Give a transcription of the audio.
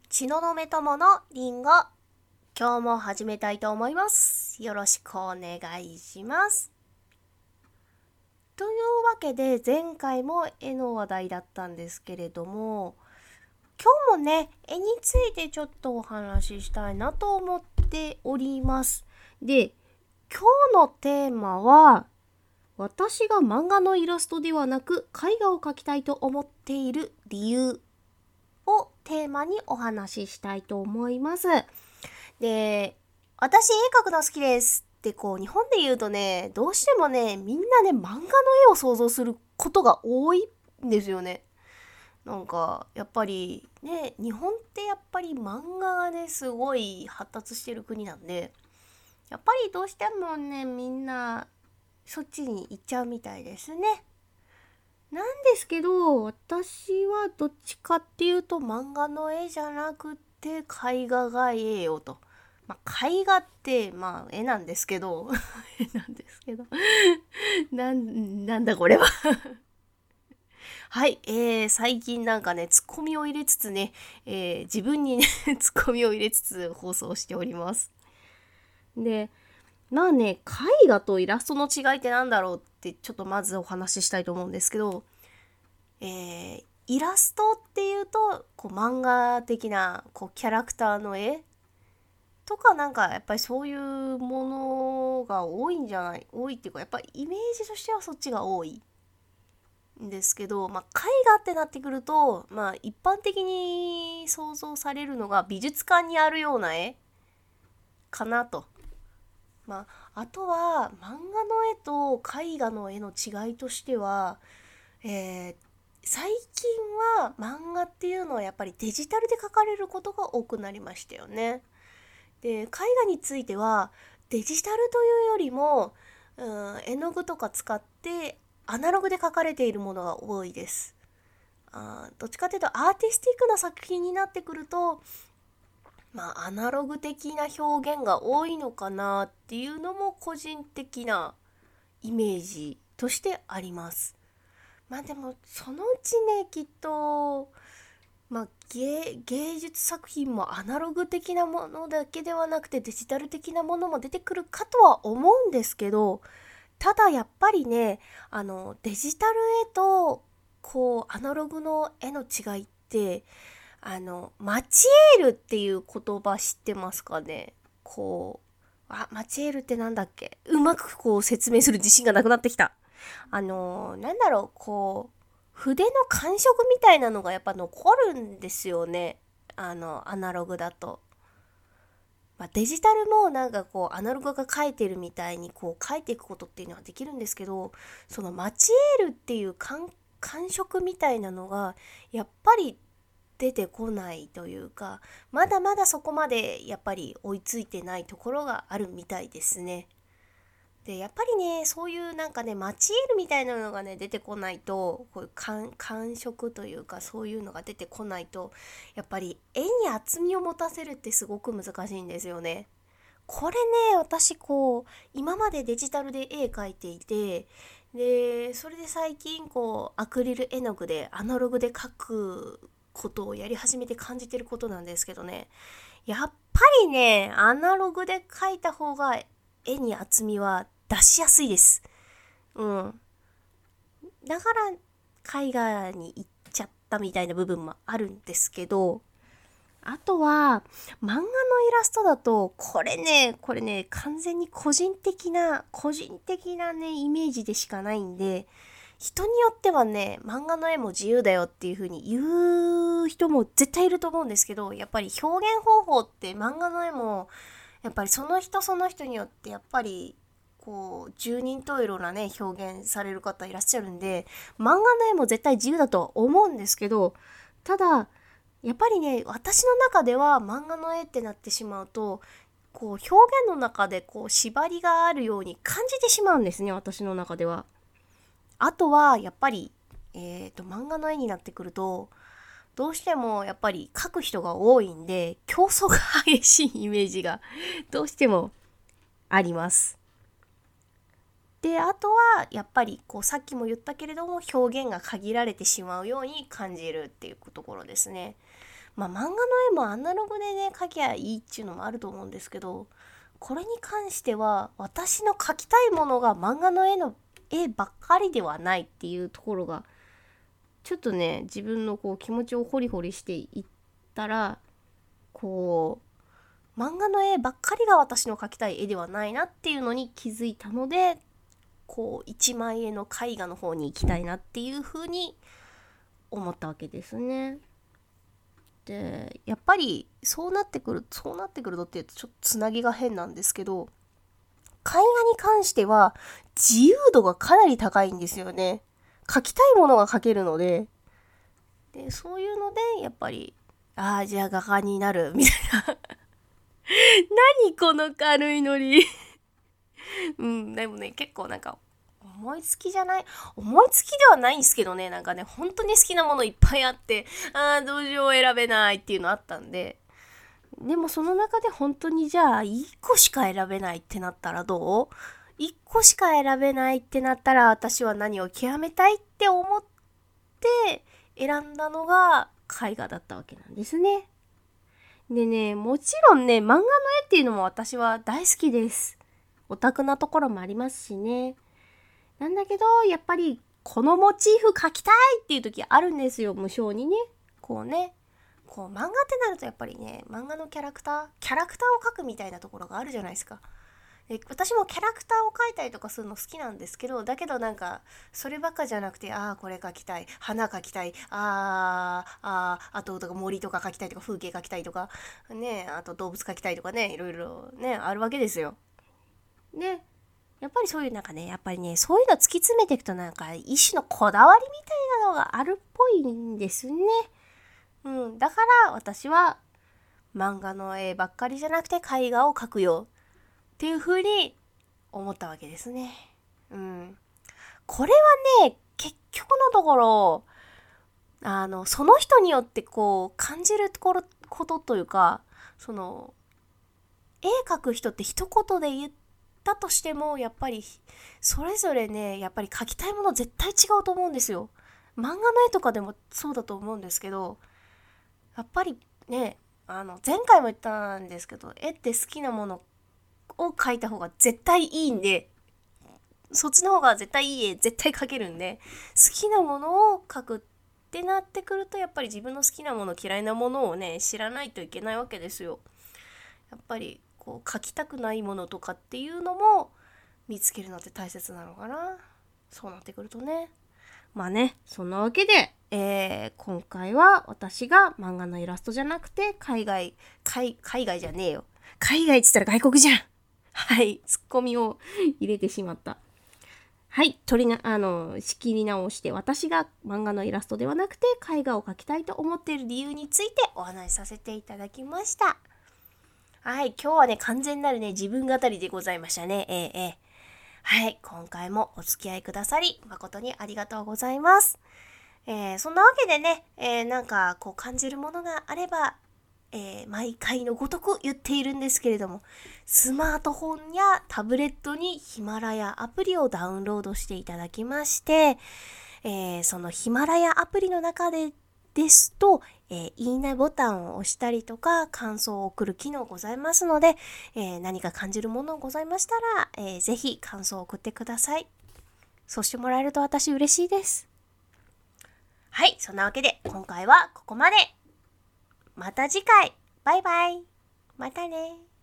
ちののめ友のりんご、今日も始めたいと思います。よろしくお願いします。というわけで前回も絵の話題だったんですけれども、今日もね絵についてちょっとお話ししたいなと思っております。で、今日のテーマは、私が漫画のイラストではなく絵画を描きたいと思っている理由をテーマにお話ししたいと思います。で、私絵描くの好きですって日本で言うとね、どうしてもね、みんなね、漫画の絵を想像することが多いんですよね。やっぱりね、日本ってやっぱり漫画がね、すごい発達してる国なんで、やっぱりどうしてもね、みんなそっちに行っちゃうみたいですね。なんですけど、私はどっちかっていうと漫画の絵じゃなくて絵画がええよと。絵画って絵なんですけど絵なんですけどなんだこれははい、最近ツッコミを入れつつね、自分にねツッコミを入れつつ放送しております。で、絵画とイラストの違いってなんだろうってちょっとまずお話ししたいと思うんですけど、イラストっていうと漫画的なキャラクターの絵とかやっぱりそういうものが多いっていうか、やっぱりイメージとしてはそっちが多いんですけど、絵画ってなってくると一般的に想像されるのが美術館にあるような絵かなと。あとは漫画の絵と絵画の絵の違いとしては、最近は漫画っていうのはやっぱりデジタルで描かれることが多くなりましたよね。で、絵画についてはデジタルというよりも、絵の具とか使ってアナログで描かれているものが多いです。どっちかというとアーティスティックな作品になってくると、アナログ的な表現が多いのかなっていうのも個人的なイメージとしてあります。でもそのうちね、きっと芸術作品もアナログ的なものだけではなくてデジタル的なものも出てくるかとは思うんですけど、ただやっぱりね、デジタル絵とアナログの絵の違いって、マチエールっていう言葉知ってますかね。マチエールってなんだっけ、うまく説明する自信がなくなってきた。筆の感触みたいなのがやっぱ残るんですよね。アナログだと。デジタルもアナログが描いてるみたいに描いていくことっていうのはできるんですけど、そのマチエールっていう感触みたいなのがやっぱり出てこないというか、まだまだそこまでやっぱり追いついてないところがあるみたいですね。で、やっぱりね、そういうマチエールみたいなのがね、出てこないと、こういう感触というか、そういうのが出てこないと、やっぱり絵に厚みを持たせるってすごく難しいんですよね。これね、私今までデジタルで絵描いていて、で、それで最近アクリル絵の具でアナログで描くことをやり始めて感じてることなんですけどね。やっぱりね、アナログで描いた方が絵に厚みは出しやすいです。うん。だから絵画に行っちゃったみたいな部分もあるんですけど、あとは漫画のイラストだとこれね完全に個人的なねイメージでしかないんで、人によってはね漫画の絵も自由だよっていう風に言う人も絶対いると思うんですけど、やっぱり表現方法って漫画の絵もやっぱりその人その人によってやっぱり十人十色なね表現される方いらっしゃるんで、漫画の絵も絶対自由だとは思うんですけど、ただやっぱりね、私の中では漫画の絵ってなってしまうと表現の中で縛りがあるように感じてしまうんですね、私の中では。あとはやっぱり漫画の絵になってくるとどうしてもやっぱり描く人が多いんで、競争が激しいイメージがどうしてもあります。で、あとはやっぱりさっきも言ったけれども表現が限られてしまうように感じるっていうところですね。 漫画の絵もアナログでね描きゃいいっていうのもあると思うんですけど、これに関しては私の描きたいものが漫画の絵ばっかりではないっていうところがちょっとね、自分の気持ちをホリホリしていったら、漫画の絵ばっかりが私の描きたい絵ではないなっていうのに気づいたので、一枚絵の絵画の方に行きたいなっていう風に思ったわけですね。で、やっぱりそうなってくるとって言うとちょっとつなぎが変なんですけど、絵画に関しては自由度がかなり高いんですよね。描きたいものが描けるので、そういうのでやっぱりじゃあ画家になるみたいな何この軽いノリでもね、結構なんか思いつきではないんですけどね、なんかね、本当に好きなものいっぱいあって、どうしよう選べないっていうのあったんで、でもその中で本当にじゃあ1個しか選べないってなったらどう？ 1 個しか選べないってなったら私は何を極めたいって思って選んだのが絵画だったわけなんですね。でね、もちろんね、漫画の絵っていうのも私は大好きです。オタクなところもありますしね。なんだけど、やっぱりこのモチーフ描きたいっていう時あるんですよ、無性にね。漫画ってなるとやっぱりね、漫画のキャラクターを描くみたいなところがあるじゃないですか。私もキャラクターを描いたりとかするの好きなんですけど、だけどなんかそればっかじゃなくて、これ描きたい、花描きたい、あと森とか描きたいとか風景描きたいとかね、あと動物描きたいとかね、いろいろねあるわけですよ。ね、やっぱりそういうそういうの突き詰めていくとなんか一種のこだわりみたいなのがあるっぽいんですね。だから私は漫画の絵ばっかりじゃなくて絵画を描くよっていう風に思ったわけですね。これはね、結局のところその人によって感じることというか、絵描く人って一言で言ったとしてもやっぱりそれぞれね、やっぱり描きたいもの絶対違うと思うんですよ。漫画の絵とかでもそうだと思うんですけど、やっぱりね、前回も言ったんですけど、絵って好きなものを描いた方が絶対いいんで、そっちの方が絶対いい絵絶対描けるんで、好きなものを描くってなってくると、やっぱり自分の好きなもの嫌いなものをね知らないといけないわけですよ。やっぱり描きたくないものとかっていうのも見つけるのって大切なのかな。そうなってくるとね、そんなわけで、今回は私が漫画のイラストじゃなくて海外じゃねえよ、海外っつったら外国じゃんツッコミを入れてしまった。仕切り直して、私が漫画のイラストではなくて絵画を描きたいと思っている理由についてお話しさせていただきました。今日はね、完全なるね、自分語りでございましたね。今回もお付き合いくださり誠にありがとうございます。そんなわけでね、感じるものがあれば、毎回のごとく言っているんですけれども、スマートフォンやタブレットにヒマラヤアプリをダウンロードしていただきまして、そのヒマラヤアプリの中ですと、いいねボタンを押したりとか感想を送る機能ございますので、何か感じるものございましたら、ぜひ感想を送ってください。そうしてもらえると私嬉しいです。そんなわけで今回はここまで。また次回。バイバイ。またね。